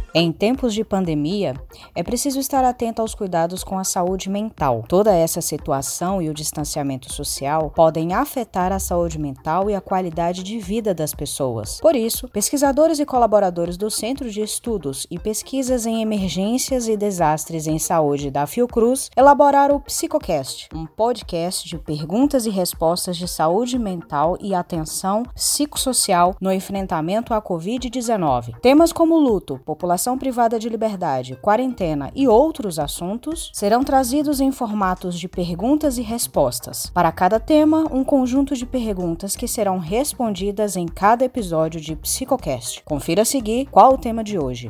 Em tempos de pandemia, é preciso estar atento aos cuidados com a saúde mental. Toda essa situação e o distanciamento social podem afetar a saúde mental e a qualidade de vida das pessoas. Por isso, pesquisadores e colaboradores do Centro de Estudos e Pesquisas em Emergências e Desastres em Saúde da Fiocruz elaboraram o PsicoCast, um podcast de perguntas e respostas de saúde mental e atenção psicossocial no enfrentamento à Covid-19. Temas como luto, população privada de liberdade, quarentena e outros assuntos serão trazidos em formatos de perguntas e respostas. Para cada tema, um conjunto de perguntas que serão respondidas em cada episódio de PsicoCast. Confira a seguir qual o tema de hoje.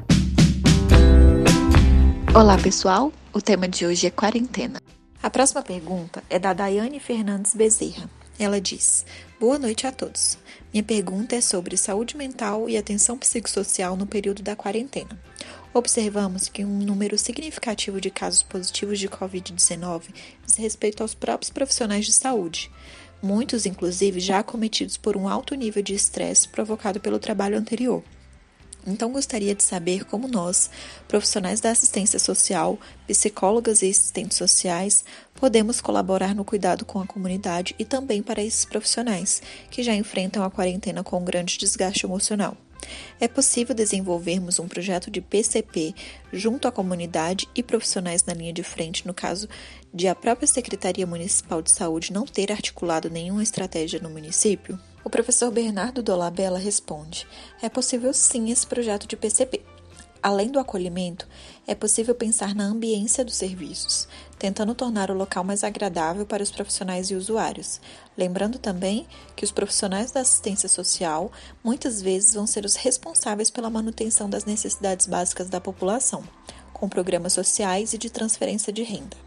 Olá pessoal, o tema de hoje é quarentena. A próxima pergunta é da Daiane Fernandes Bezerra. Ela diz: boa noite a todos. Minha pergunta é sobre saúde mental e atenção psicossocial no período da quarentena. Observamos que um número significativo de casos positivos de Covid-19 diz respeito aos próprios profissionais de saúde, muitos inclusive já acometidos por um alto nível de estresse provocado pelo trabalho anterior. Então, gostaria de saber como nós, profissionais da assistência social, psicólogas e assistentes sociais, podemos colaborar no cuidado com a comunidade e também para esses profissionais que já enfrentam a quarentena com um grande desgaste emocional. É possível desenvolvermos um projeto de PCP junto à comunidade e profissionais na linha de frente, no caso de a própria Secretaria Municipal de Saúde não ter articulado nenhuma estratégia no município? O professor Bernardo Dolabella responde: é possível sim esse projeto de PCP. Além do acolhimento, é possível pensar na ambiência dos serviços, tentando tornar o local mais agradável para os profissionais e usuários. Lembrando também que os profissionais da assistência social muitas vezes vão ser os responsáveis pela manutenção das necessidades básicas da população, com programas sociais e de transferência de renda.